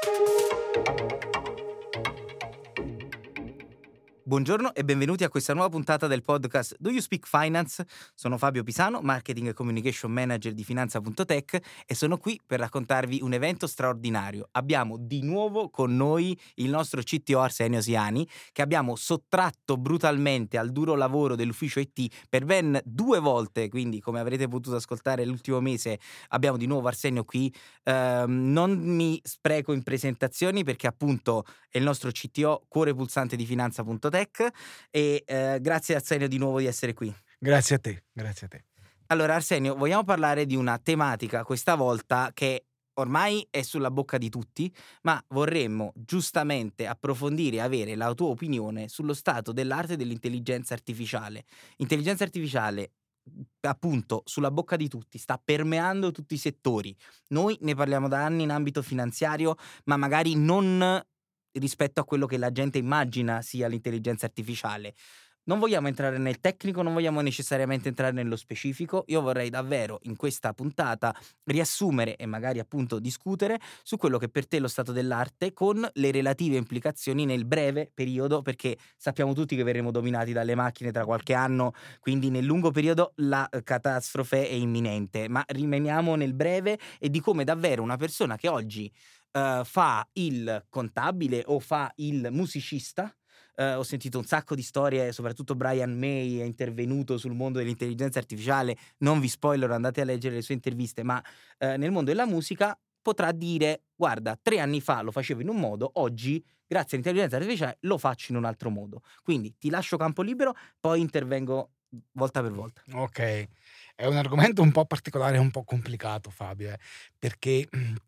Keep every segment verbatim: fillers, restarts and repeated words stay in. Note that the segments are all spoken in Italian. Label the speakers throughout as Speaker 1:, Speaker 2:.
Speaker 1: Buongiorno e benvenuti a questa nuova puntata del podcast Do You Speak Finance? Sono Fabio Pisano, Marketing e Communication Manager di Finanza punto tech e sono qui per raccontarvi un evento straordinario. Abbiamo di nuovo con noi il nostro C T O Arsenio Siani, che abbiamo sottratto brutalmente al duro lavoro dell'ufficio I T per ben due volte, quindi come avrete potuto ascoltare l'ultimo mese abbiamo di nuovo Arsenio qui. Eh, non mi spreco in presentazioni perché appunto è il nostro C T O, cuore pulsante di Finanza punto tech. E eh, grazie Arsenio di nuovo di essere qui.
Speaker 2: Grazie a te, grazie a te.
Speaker 1: Allora Arsenio, vogliamo parlare di una tematica questa volta che ormai è sulla bocca di tutti, ma vorremmo giustamente approfondire e avere la tua opinione sullo stato dell'arte dell'intelligenza artificiale. Intelligenza artificiale appunto sulla bocca di tutti, sta permeando tutti i settori. Noi ne parliamo da anni in ambito finanziario, ma magari non rispetto a quello che la gente immagina sia l'intelligenza artificiale. Non vogliamo entrare nel tecnico, non vogliamo necessariamente entrare nello specifico. Io vorrei davvero in questa puntata riassumere e magari appunto discutere su quello che per te è lo stato dell'arte con le relative implicazioni nel breve periodo, perché sappiamo tutti che verremo dominati dalle macchine tra qualche anno, quindi nel lungo periodo la catastrofe è imminente, ma rimaniamo nel breve e di come davvero una persona che oggi Uh, fa il contabile o fa il musicista. Uh, ho sentito un sacco di storie, soprattutto Brian May è intervenuto sul mondo dell'intelligenza artificiale, non vi spoilerò, andate a leggere le sue interviste, ma uh, nel mondo della musica potrà dire: guarda, tre anni fa lo facevo in un modo, oggi grazie all'intelligenza artificiale lo faccio in un altro modo. Quindi ti lascio campo libero, poi intervengo volta per volta.
Speaker 2: Ok, è un argomento un po' particolare, un po' complicato, Fabio, eh, perché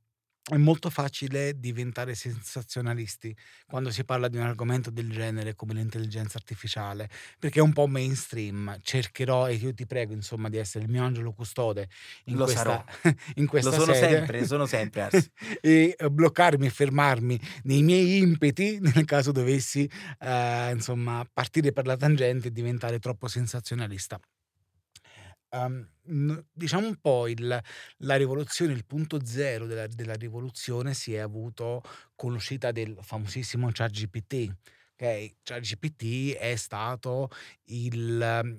Speaker 2: è molto facile diventare sensazionalisti quando si parla di un argomento del genere come l'intelligenza artificiale, perché è un po' mainstream. Cercherò, e io ti prego insomma di essere il mio angelo custode in
Speaker 1: Lo
Speaker 2: questa,
Speaker 1: sarò.
Speaker 2: in questa
Speaker 1: Lo sono
Speaker 2: serie,
Speaker 1: sempre, sono sempre Ars.
Speaker 2: e bloccarmi e fermarmi nei miei impeti nel caso dovessi eh, insomma partire per la tangente e diventare troppo sensazionalista. Um, diciamo un po' il, la rivoluzione, il punto zero della, della rivoluzione si è avuto con l'uscita del famosissimo ChatGPT. Ok, ChatGPT è stato il,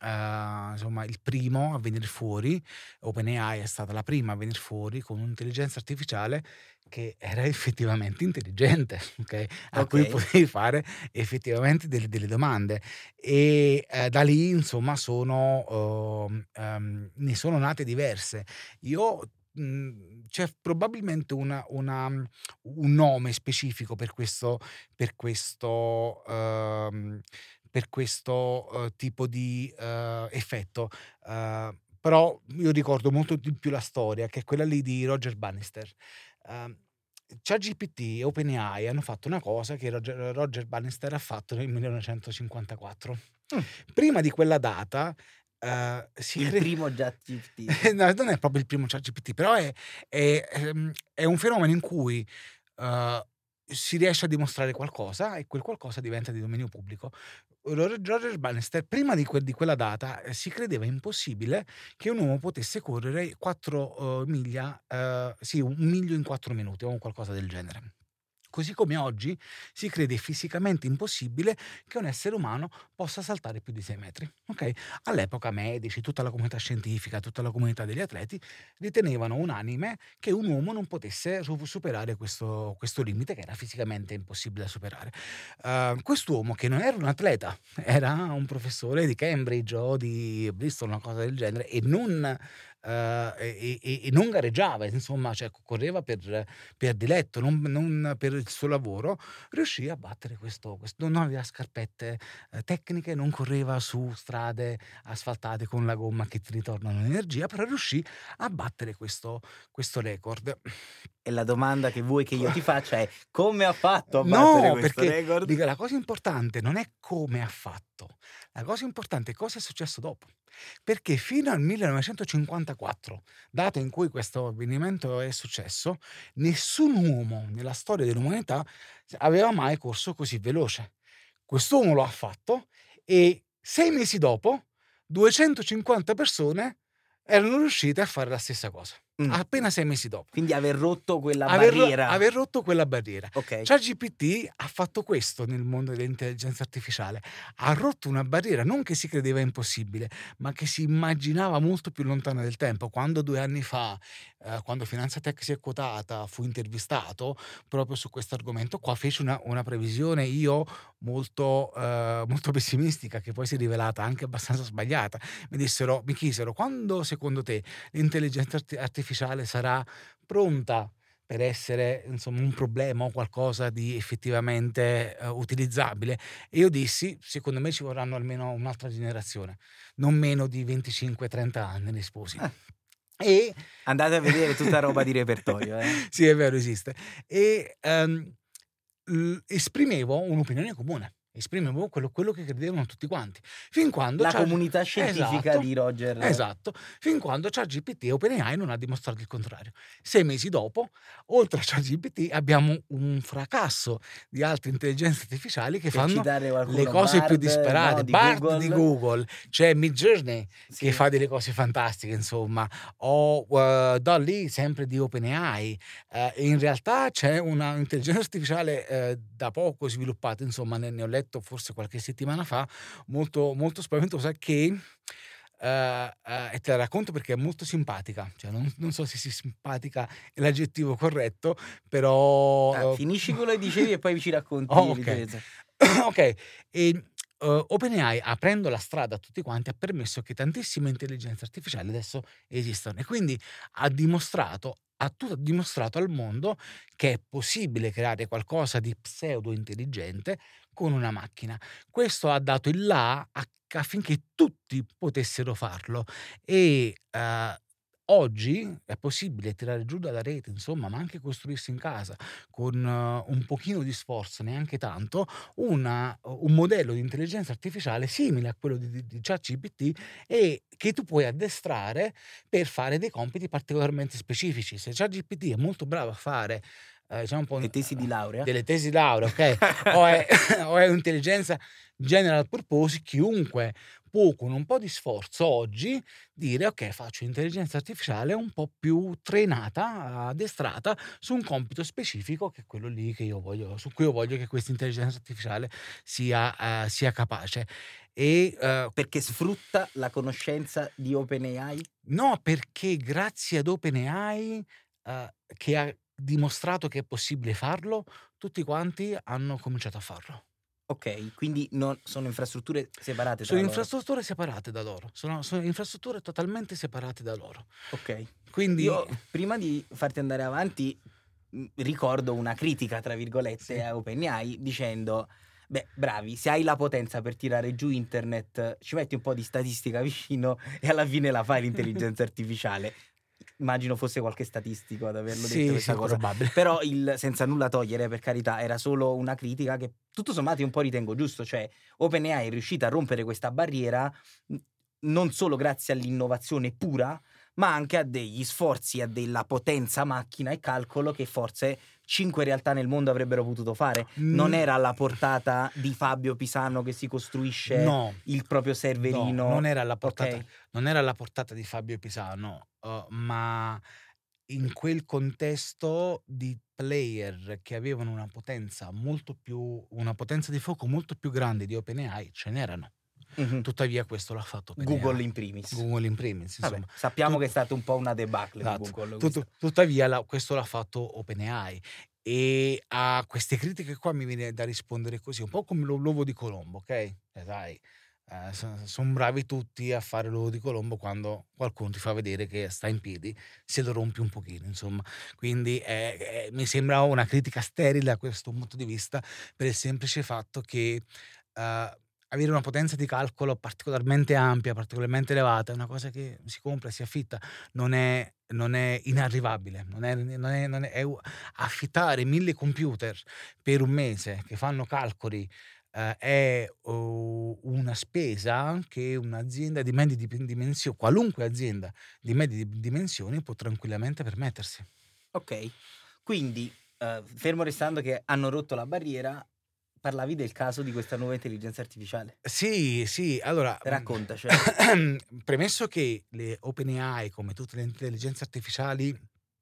Speaker 2: uh, insomma, il primo a venire fuori. OpenAI è stata la prima a venire fuori con un'intelligenza artificiale che era effettivamente intelligente, okay? A
Speaker 1: Ok.
Speaker 2: cui potevi fare effettivamente delle, delle domande, e eh, da lì insomma sono uh, um, ne sono nate diverse. Io mh, c'è probabilmente una, una, un nome specifico per questo per questo uh, per questo uh, tipo di uh, effetto, uh, però io ricordo molto di più la storia, che è quella lì di Roger Bannister. Uh, ChatGPT e OpenAI hanno fatto una cosa che Roger, Roger Bannister ha fatto nel millenovecentocinquantaquattro.
Speaker 1: Mm.
Speaker 2: Prima di quella data uh, si
Speaker 1: il
Speaker 2: cre...
Speaker 1: primo ChatGPT.
Speaker 2: no, non è proprio il primo ChatGPT, però è, è, è un fenomeno in cui uh, si riesce a dimostrare qualcosa e quel qualcosa diventa di dominio pubblico. Roger Bannister, prima di, que- di quella data, eh, si credeva impossibile che un uomo potesse correre quattro uh, miglia, uh, sì, un miglio in quattro minuti o qualcosa del genere. Così come oggi si crede fisicamente impossibile che un essere umano possa saltare più di sei metri. Okay? All'epoca medici, tutta la comunità scientifica, tutta la comunità degli atleti ritenevano unanime che un uomo non potesse superare questo, questo limite che era fisicamente impossibile da superare. Uh, quest'uomo, che non era un atleta, era un professore di Cambridge o di Bristol, una cosa del genere, e non... Uh, e, e, e non gareggiava, insomma, cioè correva per, per diletto, non, non per il suo lavoro, riuscì a battere questo, questo non aveva scarpette eh, tecniche, non correva su strade asfaltate con la gomma che ti ritornano energia, però riuscì a battere questo, questo record.
Speaker 1: E la domanda che vuoi che io ti faccia è: come ha fatto a battere
Speaker 2: No,
Speaker 1: questo
Speaker 2: perché
Speaker 1: record?
Speaker 2: dico, la cosa importante non è come ha fatto, la cosa importante è cosa è successo dopo. Perché fino al millenovecentocinquantaquattro, data in cui questo avvenimento è successo, nessun uomo nella storia dell'umanità aveva mai corso così veloce. Quest'uomo lo ha fatto e sei mesi dopo duecentocinquanta persone erano riuscite a fare la stessa cosa.
Speaker 1: Mm.
Speaker 2: appena sei mesi dopo.
Speaker 1: Quindi aver rotto quella
Speaker 2: Aver,
Speaker 1: barriera.
Speaker 2: aver rotto quella barriera.
Speaker 1: Ok.
Speaker 2: ChatGPT ha fatto questo nel mondo dell'intelligenza artificiale, ha rotto una barriera non che si credeva impossibile, ma che si immaginava molto più lontana del tempo. Quando due anni fa, eh, quando Finanza Tech si è quotata, fu intervistato proprio su questo argomento qua, fece una, una previsione io molto, eh, molto pessimistica, che poi si è rivelata anche abbastanza sbagliata. Mi dissero, mi chiesero, quando secondo te l'intelligenza arti- artificiale sarà pronta per essere insomma un problema o qualcosa di effettivamente eh, utilizzabile? E io dissi, secondo me ci vorranno almeno un'altra generazione, non meno di venticinque trenta anni, risposi.
Speaker 1: Eh.
Speaker 2: E
Speaker 1: Andate a vedere tutta roba di repertorio, eh.
Speaker 2: sì, è vero, esiste. E ehm, l- esprimevo un'opinione comune, esprimevo quello, quello che credevano tutti quanti. Fin quando
Speaker 1: La
Speaker 2: Chat-
Speaker 1: comunità scientifica
Speaker 2: Esatto,
Speaker 1: di Roger.
Speaker 2: Esatto, fin quando ChatGPT e OpenAI non ha dimostrato il contrario. Sei mesi dopo, oltre a ChatGPT, abbiamo un fracasso di altre intelligenze artificiali che
Speaker 1: Per
Speaker 2: fanno
Speaker 1: citare qualcuno,
Speaker 2: le cose più
Speaker 1: Bard,
Speaker 2: disparate.
Speaker 1: no, di
Speaker 2: Bard
Speaker 1: Google.
Speaker 2: di Google, c'è Midjourney
Speaker 1: Sì.
Speaker 2: che fa delle cose fantastiche, insomma, o uh, Dolly sempre di OpenAI. Uh, in realtà c'è una intelligenza artificiale uh, da poco sviluppata, insomma, ne, ne ho letto forse qualche settimana fa, molto, molto spaventosa, che Uh, uh, e te la racconto perché è molto simpatica, cioè non, non so se sia simpatica è l'aggettivo corretto, però
Speaker 1: Ah,
Speaker 2: uh,
Speaker 1: finisci quello che dicevi e poi ci racconti
Speaker 2: oh, ok.
Speaker 1: l'intelligenza.
Speaker 2: Ok, e uh, OpenAI, aprendo la strada a tutti quanti, ha permesso che tantissime intelligenze artificiali adesso esistano, e quindi ha dimostrato ha tutto dimostrato al mondo che è possibile creare qualcosa di pseudo intelligente con una macchina. Questo ha dato il là a- affinché tutti potessero farlo, e eh, oggi è possibile tirare giù dalla rete, insomma, ma anche costruirsi in casa con eh, un pochino di sforzo, neanche tanto, una, un modello di intelligenza artificiale simile a quello di, di, di ChatGPT, e che tu puoi addestrare per fare dei compiti particolarmente specifici. Se ChatGPT è molto bravo a fare eh, diciamo un po'
Speaker 1: Le tesi di laurea.
Speaker 2: delle tesi di laurea, ok? o, è, o è un'intelligenza general purpose, chiunque può con un po' di sforzo oggi dire ok, faccio intelligenza artificiale un po' più trainata, addestrata su un compito specifico, che è quello lì che io voglio, su cui io voglio che questa intelligenza artificiale sia, uh, sia capace. E, uh,
Speaker 1: perché sfrutta la conoscenza di OpenAI?
Speaker 2: No, perché grazie ad OpenAI, uh, che ha dimostrato che è possibile farlo, tutti quanti hanno cominciato a farlo.
Speaker 1: Ok, quindi non, sono infrastrutture separate tra
Speaker 2: Sono
Speaker 1: loro.
Speaker 2: infrastrutture separate da loro, sono, sono infrastrutture totalmente separate da loro.
Speaker 1: Ok.
Speaker 2: Quindi
Speaker 1: io prima di farti andare avanti mh, ricordo una critica tra virgolette
Speaker 2: Sì.
Speaker 1: a OpenAI dicendo beh, bravi, se hai la potenza per tirare giù internet ci metti un po' di statistica vicino e alla fine la fai l'intelligenza artificiale. Immagino fosse qualche statistico ad averlo
Speaker 2: Sì,
Speaker 1: detto questa
Speaker 2: sì,
Speaker 1: cosa.
Speaker 2: probabile.
Speaker 1: Però il, senza nulla togliere, per carità, era solo una critica che tutto sommato io un po' ritengo giusto. Cioè OpenAI è riuscita a rompere questa barriera mh, non solo grazie all'innovazione pura, ma anche a degli sforzi, a della potenza macchina e calcolo che forse cinque realtà nel mondo avrebbero potuto fare. Non
Speaker 2: Mm,
Speaker 1: era alla portata di Fabio Pisano che si costruisce
Speaker 2: no,
Speaker 1: il proprio serverino.
Speaker 2: no, non era alla portata,
Speaker 1: Ok.
Speaker 2: non era alla portata di Fabio Pisano, uh, ma in quel contesto di player che avevano una potenza molto più, una potenza di fuoco molto più grande di OpenAI ce n'erano.
Speaker 1: Mhm.
Speaker 2: Tuttavia questo l'ha fatto OpenAI.
Speaker 1: Google in primis.
Speaker 2: Google in primis,
Speaker 1: Vabbè,
Speaker 2: insomma.
Speaker 1: sappiamo
Speaker 2: Tut-
Speaker 1: che è stata un po' una debacle
Speaker 2: Esatto.
Speaker 1: di Google.
Speaker 2: Tut-
Speaker 1: questa.
Speaker 2: tuttavia la- questo l'ha fatto OpenAI, e a queste critiche qua mi viene da rispondere così, un po' come lo- l'uovo di Colombo, ok? Eh, dai, eh, sono bravi tutti a fare l'uovo di Colombo quando qualcuno ti fa vedere che sta in piedi, se lo rompi un pochino, insomma. Quindi eh, eh, mi sembra una critica sterile a questo punto di vista, per il semplice fatto che eh, avere una potenza di calcolo particolarmente ampia, particolarmente elevata, è una cosa che si compra e si affitta, non è, non è inarrivabile, non è, non è, non è, è u- affittare mille computer per un mese che fanno calcoli, eh, è uh, una spesa che un'azienda di medie di- dimensioni, qualunque azienda di medie di- dimensioni, può tranquillamente permettersi.
Speaker 1: Ok, quindi eh, fermo restando che hanno rotto la barriera, parlavi del caso di questa nuova intelligenza artificiale.
Speaker 2: Sì, sì, allora
Speaker 1: Raccontaci.
Speaker 2: premesso che le OpenAI, come tutte le intelligenze artificiali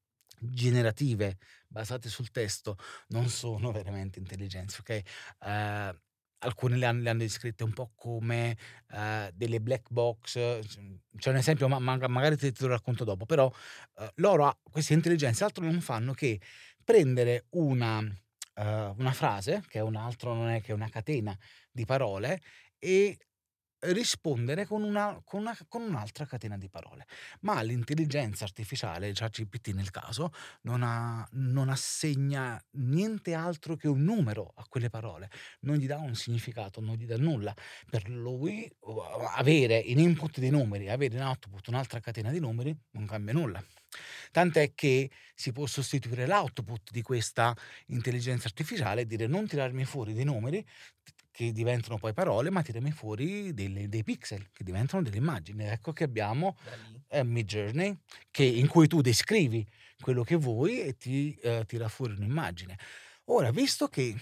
Speaker 2: generative basate sul testo, non sono veramente intelligenze, ok? Eh, alcune le hanno, le hanno descritte un po' come eh, delle black box. C'è un esempio, ma, ma- magari te, te lo racconto dopo, però eh, loro, ha- queste intelligenze altro non fanno che prendere una, eh, una frase, che è un altro, non è che una catena di parole, e rispondere con, una, con, una, con un'altra catena di parole. Ma l'intelligenza artificiale, ChatGPT nel caso, non, ha, non assegna niente altro che un numero a quelle parole, non gli dà un significato, non gli dà nulla. Per lui avere in input dei numeri, avere in output un'altra catena di numeri, non cambia nulla. Tant'è che si può sostituire l'output di questa intelligenza artificiale e dire: non tirarmi fuori dei numeri che diventano poi parole, ma tirami fuori delle, dei pixel che diventano delle immagini. Ecco che abbiamo eh, Midjourney, che, in cui tu descrivi quello che vuoi e ti eh, tira fuori un'immagine. Ora, visto che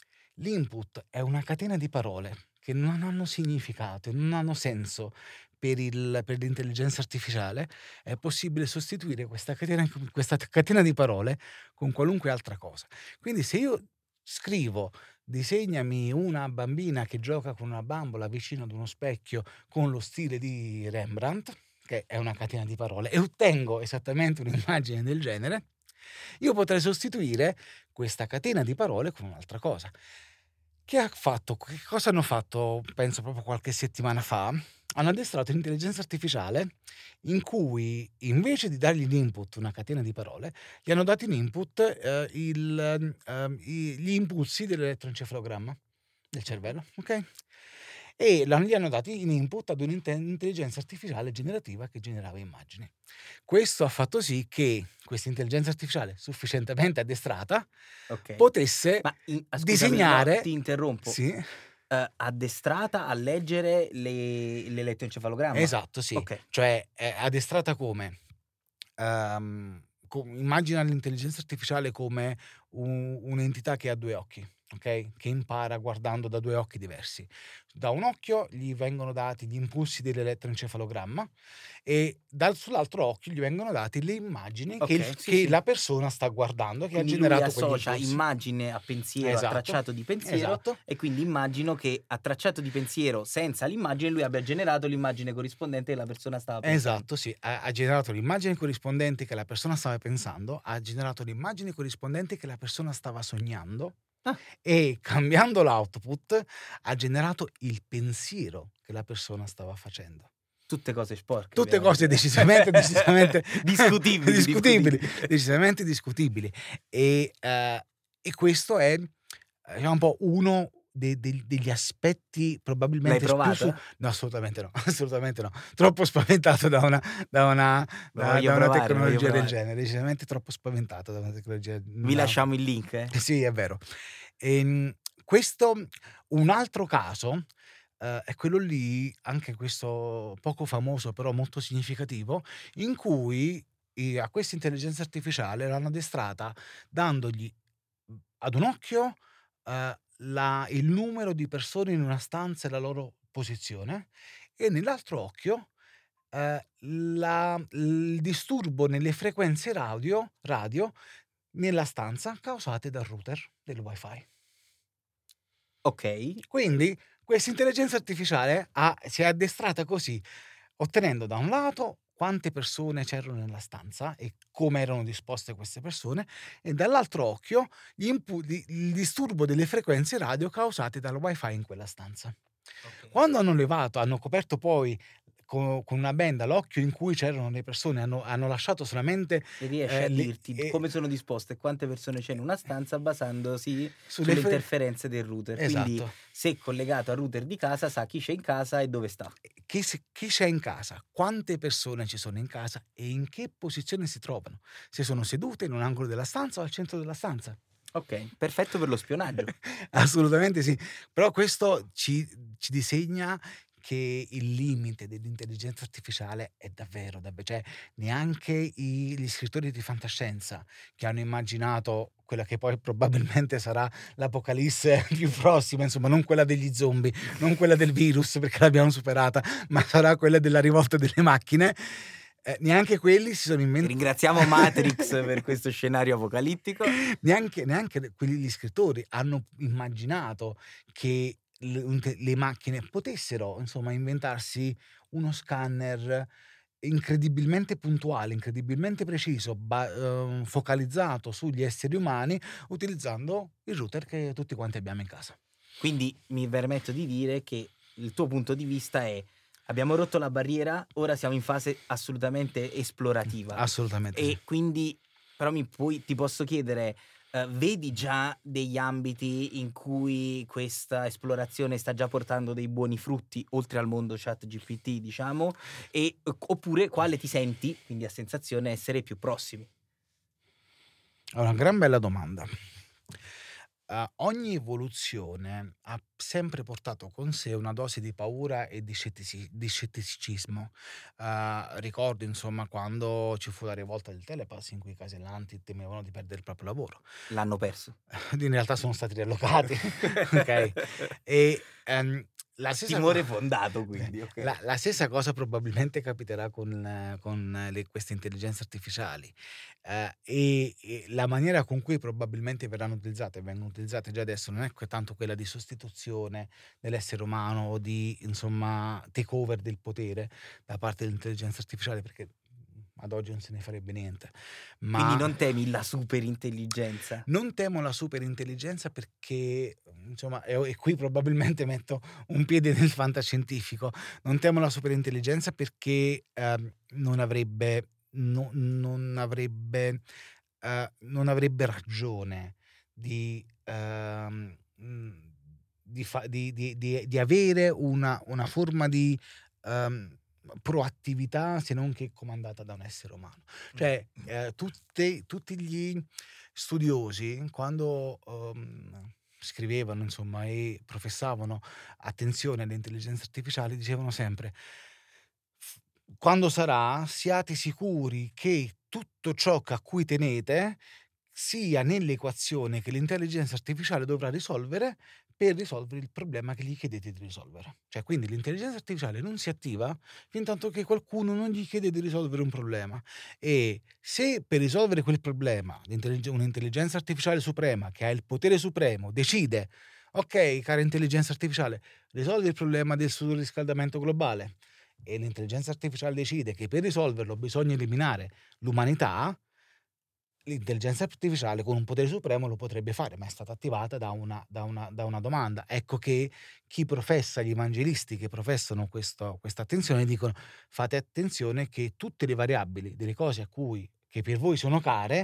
Speaker 2: l'input è una catena di parole che non hanno significato, non hanno senso per, il, per l'intelligenza artificiale, è possibile sostituire questa catena, questa catena di parole con qualunque altra cosa. Quindi se io scrivo: disegnami una bambina che gioca con una bambola vicino ad uno specchio con lo stile di Rembrandt, che è una catena di parole, e ottengo esattamente un'immagine del genere, io potrei sostituire questa catena di parole con un'altra cosa. Che ha fatto? Che cosa hanno fatto? Penso proprio qualche settimana fa. Hanno addestrato l'intelligenza artificiale in cui, invece di dargli in input una catena di parole, gli hanno dato in input eh, il, ehm, i- gli impulsi dell'elettroencefalogramma del cervello, ok? E l'hanno- gli hanno dati in input ad un'intelligenza artificiale generativa che generava immagini. Questo ha fatto sì che questa intelligenza artificiale sufficientemente addestrata
Speaker 1: Ok.
Speaker 2: potesse
Speaker 1: Ma in- ah, scusami, no,
Speaker 2: disegnare.
Speaker 1: ti interrompo.
Speaker 2: Sì,
Speaker 1: Eh, addestrata a leggere le- l'elettroencefalogramma.
Speaker 2: esatto, sì.
Speaker 1: Ok.
Speaker 2: Cioè è addestrata come? Ehm, co- immagina l'intelligenza artificiale come un- un'entità che ha due occhi, ok? Che impara guardando da due occhi diversi. Da un occhio gli vengono dati gli impulsi dell'elettroencefalogramma e dal, sull'altro occhio gli vengono date le immagini che, il-
Speaker 1: Ok, sì,
Speaker 2: che
Speaker 1: sì.
Speaker 2: la persona sta guardando, che
Speaker 1: Quindi
Speaker 2: ha
Speaker 1: lui
Speaker 2: generato quegli
Speaker 1: associa
Speaker 2: impulsi.
Speaker 1: immagine a pensiero, a
Speaker 2: Esatto,
Speaker 1: tracciato di pensiero,
Speaker 2: esatto.
Speaker 1: e quindi immagino che a tracciato di pensiero senza l'immagine lui abbia generato l'immagine corrispondente che la persona stava pensando.
Speaker 2: Esatto, sì, ha, ha generato l'immagine corrispondente che la persona stava pensando, ha generato l'immagine corrispondente che la persona stava sognando
Speaker 1: Ah.
Speaker 2: e, cambiando l'output, ha generato il pensiero che la persona stava facendo.
Speaker 1: Tutte cose sporche.
Speaker 2: Tutte
Speaker 1: abbiamo
Speaker 2: cose
Speaker 1: detto.
Speaker 2: decisamente, decisamente
Speaker 1: discutibili,
Speaker 2: discutibili,
Speaker 1: discutibili.
Speaker 2: decisamente discutibili. E, eh, e questo è, è un po' uno de- de- degli aspetti
Speaker 1: L'hai
Speaker 2: probabilmente più su...
Speaker 1: provato?
Speaker 2: No, assolutamente no, assolutamente no. Troppo spaventato da una, da una,
Speaker 1: Lo
Speaker 2: da,
Speaker 1: voglio
Speaker 2: da una
Speaker 1: provare, voglio
Speaker 2: tecnologia del
Speaker 1: provare.
Speaker 2: genere, decisamente troppo spaventato da una tecnologia.
Speaker 1: Vi
Speaker 2: da-
Speaker 1: lasciamo il link, eh?
Speaker 2: Sì, è vero. Ehm, questo, un altro caso, eh, è quello lì, anche questo poco famoso, però molto significativo, in cui i- a questa intelligenza artificiale l'hanno addestrata dandogli mh, ad un occhio eh, la- il numero di persone in una stanza e la loro posizione, e nell'altro occhio eh, la- il disturbo nelle frequenze radio, radio nella stanza causate dal router del wifi.
Speaker 1: Ok.
Speaker 2: Quindi questa intelligenza artificiale ha- si è addestrata così, ottenendo da un lato quante persone c'erano nella stanza e come erano disposte queste persone, e dall'altro occhio gli inpu- di- il disturbo delle frequenze radio causate dal wifi in quella stanza.
Speaker 1: Ok.
Speaker 2: Quando hanno levato, hanno coperto poi co- con una benda l'occhio in cui c'erano le persone, hanno, hanno lasciato solamente
Speaker 1: Riesce
Speaker 2: eh,
Speaker 1: a
Speaker 2: le-
Speaker 1: dirti
Speaker 2: eh,
Speaker 1: come sono disposte e quante persone c'è in una stanza basandosi
Speaker 2: sulle
Speaker 1: sulle
Speaker 2: fre-
Speaker 1: interferenze del router. Quindi
Speaker 2: Esatto.
Speaker 1: se collegato al router di casa sa chi c'è in casa e dove sta.
Speaker 2: Chi, si- chi c'è in casa, quante persone ci sono in casa e in che posizione si trovano, se sono sedute in un angolo della stanza o al centro della stanza.
Speaker 1: Ok, perfetto per lo spionaggio.
Speaker 2: Assolutamente sì, però questo ci, ci disegna che il limite dell'intelligenza artificiale è davvero, davvero, cioè neanche i, gli scrittori di fantascienza che hanno immaginato quella che poi probabilmente sarà l'apocalisse più prossima, insomma, non quella degli zombie, non quella del virus perché l'abbiamo superata, ma sarà quella della rivolta delle macchine. Eh, neanche quelli si sono inventati.
Speaker 1: Ringraziamo Matrix per questo scenario apocalittico.
Speaker 2: Neanche, neanche quelli, gli scrittori hanno immaginato che le, le macchine potessero, insomma, inventarsi uno scanner incredibilmente puntuale, incredibilmente preciso, ba- eh, focalizzato sugli esseri umani, utilizzando il router che tutti quanti abbiamo in casa.
Speaker 1: Quindi mi permetto di dire che il tuo punto di vista è: abbiamo rotto la barriera, ora siamo in fase assolutamente esplorativa.
Speaker 2: Assolutamente.
Speaker 1: E
Speaker 2: sì.
Speaker 1: quindi, però mi puoi, ti posso chiedere, uh, vedi già degli ambiti in cui questa esplorazione sta già portando dei buoni frutti, oltre al mondo ChatGPT, diciamo, e, oppure quale ti senti, quindi a sensazione, essere più prossimi?
Speaker 2: Una gran bella domanda. Uh, ogni evoluzione ha sempre portato con sé una dose di paura e di, scettici- di scetticismo. Uh, ricordo, insomma, quando ci fu la rivolta del telepass in cui i casellanti temevano di perdere il proprio lavoro.
Speaker 1: L'hanno perso.
Speaker 2: In realtà sono stati riallocati. Ok. E um, la stessa
Speaker 1: Timore
Speaker 2: co-
Speaker 1: fondato, quindi. Okay.
Speaker 2: La, la stessa cosa probabilmente capiterà con, eh, con le, queste intelligenze artificiali. Eh, e, e la maniera con cui probabilmente verranno utilizzate e vengono utilizzate già adesso non è que- tanto quella di sostituzione dell'essere umano o di, insomma, takeover del potere da parte dell'intelligenza artificiale, perché ad oggi non se ne farebbe niente. Ma
Speaker 1: quindi non temi la superintelligenza?
Speaker 2: Non temo la superintelligenza perché, insomma, e, e qui probabilmente metto un piede nel fantascientifico, non temo la superintelligenza perché ehm, non avrebbe no- non avrebbe eh, non avrebbe ragione di ehm, mh, di, fa- di- di- di- di avere una, una forma di ehm, proattività se non che comandata da un essere umano. Cioè, eh, tutte- tutti gli studiosi, quando ehm, scrivevano, insomma, e professavano attenzione alle intelligenze artificiali, dicevano sempre: "F- quando sarà, siate sicuri che tutto ciò a cui tenete sia nell'equazione che l'intelligenza artificiale dovrà risolvere per risolvere il problema che gli chiedete di risolvere." Cioè, quindi l'intelligenza artificiale non si attiva fin tanto che qualcuno non gli chiede di risolvere un problema. E se per risolvere quel problema l'intellig- un'intelligenza artificiale suprema che ha il potere supremo decide: ok, cara intelligenza artificiale, risolvi il problema del surriscaldamento globale, e l'intelligenza artificiale decide che per risolverlo bisogna eliminare l'umanità, l'intelligenza artificiale con un potere supremo lo potrebbe fare, ma è stata attivata da una, da una, da una domanda. Ecco che chi professa, gli evangelisti che professano questo, questa attenzione, dicono: fate attenzione che tutte le variabili delle cose a cui, che per voi sono care,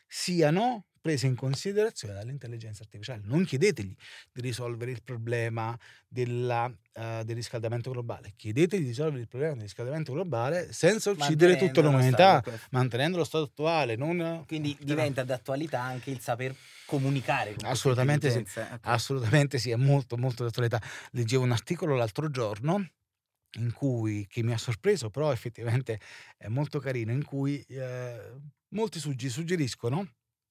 Speaker 2: siano prese in considerazione dall'intelligenza artificiale. Non chiedetegli di risolvere il problema della, uh, del riscaldamento globale, chiedetegli di risolvere il problema del riscaldamento globale senza uccidere tutta l'umanità, mantenendo lo stato attuale. Non...
Speaker 1: Quindi diventa d'attualità anche il saper comunicare con
Speaker 2: assolutamente sì,
Speaker 1: okay.
Speaker 2: Assolutamente sì, è molto molto d'attualità. Leggevo un articolo l'altro giorno in cui, che mi ha sorpreso, però effettivamente è molto carino, in cui eh, molti suggi- suggeriscono: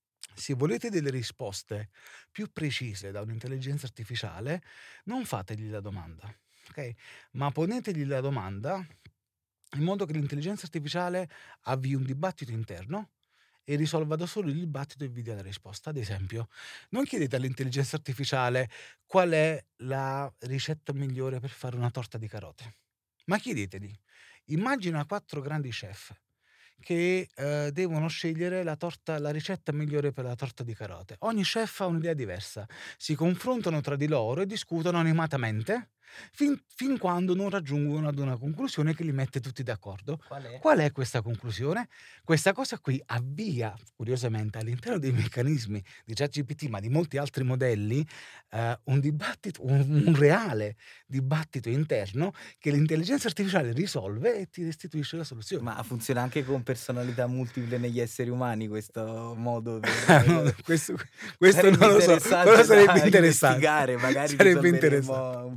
Speaker 2: se volete delle risposte più precise da un'intelligenza artificiale, non fategli la domanda, ok? Ma ponetegli la domanda in modo che l'intelligenza artificiale avvii un dibattito interno e risolva da solo il dibattito e vi dia la risposta. Ad esempio, non chiedete all'intelligenza artificiale qual è la ricetta migliore per fare una torta di carote, ma chiedetegli: immagina quattro grandi chef che eh, devono scegliere la torta, la ricetta migliore per la torta di carote. Ogni chef ha un'idea diversa, si confrontano tra di loro e discutono animatamente fin, fin quando non raggiungono ad una conclusione che li mette tutti d'accordo.
Speaker 1: Qual è?
Speaker 2: Qual è questa conclusione? Questa cosa qui avvia, curiosamente, all'interno dei meccanismi di ChatGPT, ma di molti altri modelli, eh, un dibattito, un, un reale dibattito interno che l'intelligenza artificiale risolve e ti restituisce la soluzione.
Speaker 1: Ma funziona anche con personalità multiple negli esseri umani questo modo?
Speaker 2: Per... no, questo questo non lo so, però sarebbe interessante.
Speaker 1: Investigare, magari
Speaker 2: sarebbe interessante.
Speaker 1: un po'.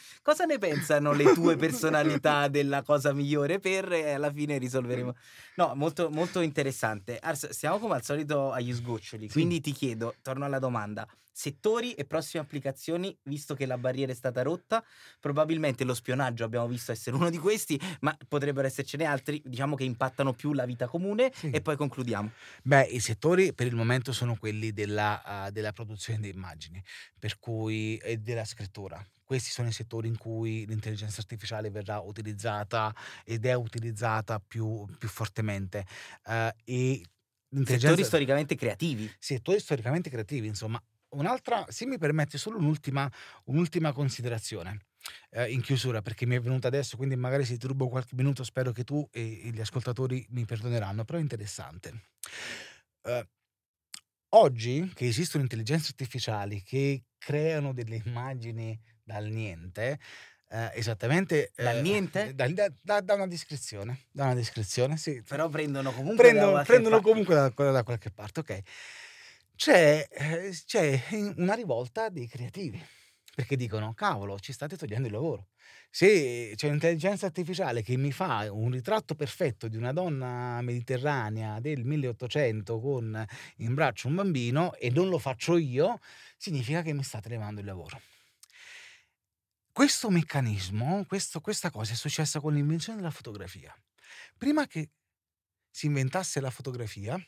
Speaker 1: Cosa ne pensano le tue personalità della cosa migliore per e alla fine risolveremo. No, molto, molto interessante. Ars, siamo come al solito agli sgoccioli,
Speaker 2: Sì.
Speaker 1: quindi ti chiedo, torno alla domanda, settori e prossime applicazioni, visto che la barriera è stata rotta, probabilmente lo spionaggio abbiamo visto essere uno di questi, ma potrebbero essercene altri, diciamo che impattano più la vita comune
Speaker 2: Sì.
Speaker 1: e poi concludiamo.
Speaker 2: Beh, i settori per il momento sono quelli della, uh, della produzione di immagini, per cui e della scrittura. Questi sono i settori in cui l'intelligenza artificiale verrà utilizzata ed è utilizzata più, più fortemente. Uh, e
Speaker 1: Settori storicamente creativi.
Speaker 2: Settori storicamente creativi, insomma. Un'altra, se mi permette solo un'ultima, un'ultima considerazione eh, in chiusura, perché mi è venuta adesso, quindi magari se ti rubo qualche minuto spero che tu e, e gli ascoltatori mi perdoneranno, però è interessante. Eh, oggi che esistono intelligenze artificiali che creano delle immagini dal niente, eh, esattamente
Speaker 1: Dal
Speaker 2: eh,
Speaker 1: niente?
Speaker 2: da, da- da- da una descrizione, da una descrizione, sì.
Speaker 1: Però prendono comunque da
Speaker 2: Prendono,
Speaker 1: qualche
Speaker 2: prendono
Speaker 1: pa-
Speaker 2: comunque da, da qualche parte, ok. C'è, eh, c'è una rivolta dei creativi, perché dicono, cavolo, ci state togliendo il lavoro. Se c'è un'intelligenza artificiale che mi fa un ritratto perfetto di una donna mediterranea del milleottocento con in braccio un bambino e non lo faccio io, significa che mi state levando il lavoro. Questo meccanismo, questo, questa cosa è successa con l'invenzione della fotografia. Prima che si inventasse la fotografia,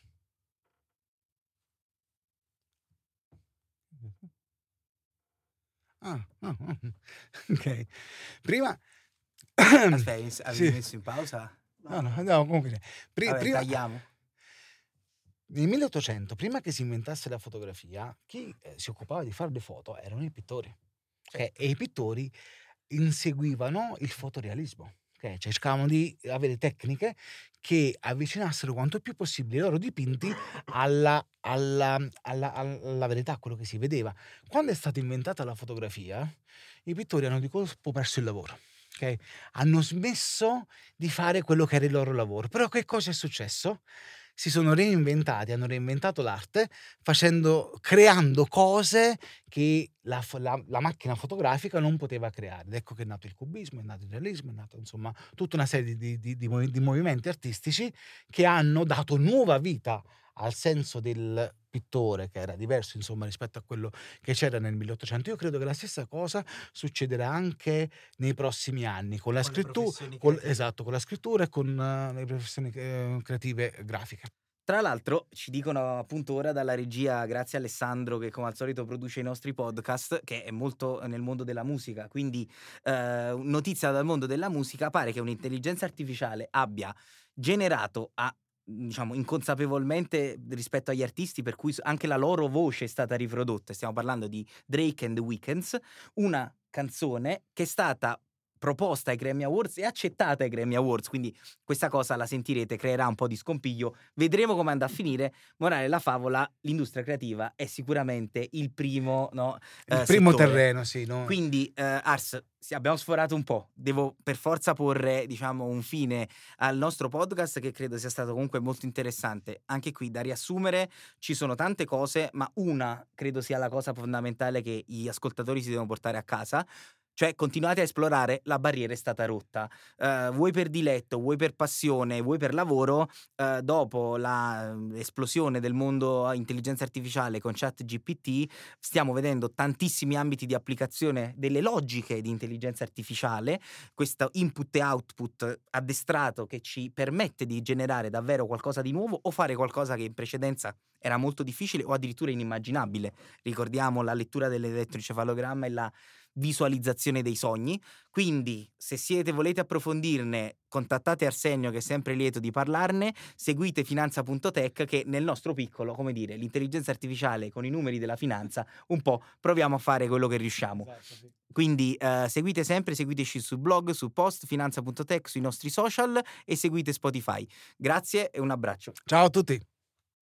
Speaker 2: ah, ah, ah, ok, prima
Speaker 1: Aspetta, avevi
Speaker 2: sì.
Speaker 1: messo in pausa?
Speaker 2: No, no, no, comunque pri-
Speaker 1: Vabbè,
Speaker 2: prima
Speaker 1: tagliamo.
Speaker 2: nel milleottocento, prima che si inventasse la fotografia, chi eh, si occupava di fare le foto erano i pittori. Ok?
Speaker 1: Certo.
Speaker 2: E i pittori inseguivano il fotorealismo. Ok? Cioè cercavano di avere tecniche che avvicinassero quanto più possibile i loro dipinti alla, alla, alla, alla verità, a quello che si vedeva. Quando è stata inventata la fotografia, i pittori hanno di colpo perso il lavoro. Okay? Hanno smesso di fare quello che era il loro lavoro. Però che cosa è successo? Si sono reinventati, hanno reinventato l'arte facendo, creando cose che la, la, la macchina fotografica non poteva creare. Ed ecco che è nato il cubismo, è nato il realismo, è nato insomma tutta una serie di, di, di, di movimenti artistici che hanno dato nuova vita al senso del pittore, che era diverso insomma rispetto a quello che c'era nel milleottocento. Io credo che la stessa cosa succederà anche nei prossimi anni con la
Speaker 1: Con le
Speaker 2: scrittura,
Speaker 1: professioni
Speaker 2: con,
Speaker 1: creative.
Speaker 2: esatto, con la scrittura e con uh, le professioni eh, creative grafiche.
Speaker 1: Tra l'altro ci dicono appunto ora dalla regia, grazie a Alessandro che come al solito produce i nostri podcast, che è molto nel mondo della musica, quindi eh, notizia dal mondo della musica, pare che un'intelligenza artificiale abbia generato a diciamo inconsapevolmente rispetto agli artisti, per cui anche la loro voce è stata riprodotta, stiamo parlando di Drake and the Weeknd, una canzone che è stata proposta ai Grammy Awards e accettata ai Grammy Awards, quindi questa cosa la sentirete, creerà un po' di scompiglio, vedremo come andrà a finire. Morale della favola, l'industria creativa è sicuramente il primo, no,
Speaker 2: Il
Speaker 1: eh,
Speaker 2: primo
Speaker 1: settore.
Speaker 2: terreno, sì. No?
Speaker 1: Quindi eh, Ars, sì, abbiamo sforato un po', devo per forza porre diciamo un fine al nostro podcast che credo sia stato comunque molto interessante. Anche qui da riassumere ci sono tante cose, ma una credo sia la cosa fondamentale che gli ascoltatori si devono portare a casa. Cioè continuate a esplorare, la barriera è stata rotta. Uh, vuoi per diletto, vuoi per passione, vuoi per lavoro, uh, dopo l'esplosione del mondo intelligenza artificiale con ChatGPT stiamo vedendo tantissimi ambiti di applicazione delle logiche di intelligenza artificiale, questo input e output addestrato che ci permette di generare davvero qualcosa di nuovo o fare qualcosa che in precedenza era molto difficile o addirittura inimmaginabile. Ricordiamo la lettura dell'elettroencefalogramma e la visualizzazione dei sogni. Quindi se siete volete approfondirne contattate Arsenio che è sempre lieto di parlarne, seguite finanza punto tech che nel nostro piccolo, come dire, l'intelligenza artificiale con i numeri della finanza un po' proviamo a fare quello che riusciamo.
Speaker 2: Esatto, sì.
Speaker 1: Quindi eh, seguite sempre, seguiteci sul blog, su post finanza punto tech, sui nostri social e seguite Spotify. Grazie e un abbraccio.
Speaker 2: Ciao a tutti.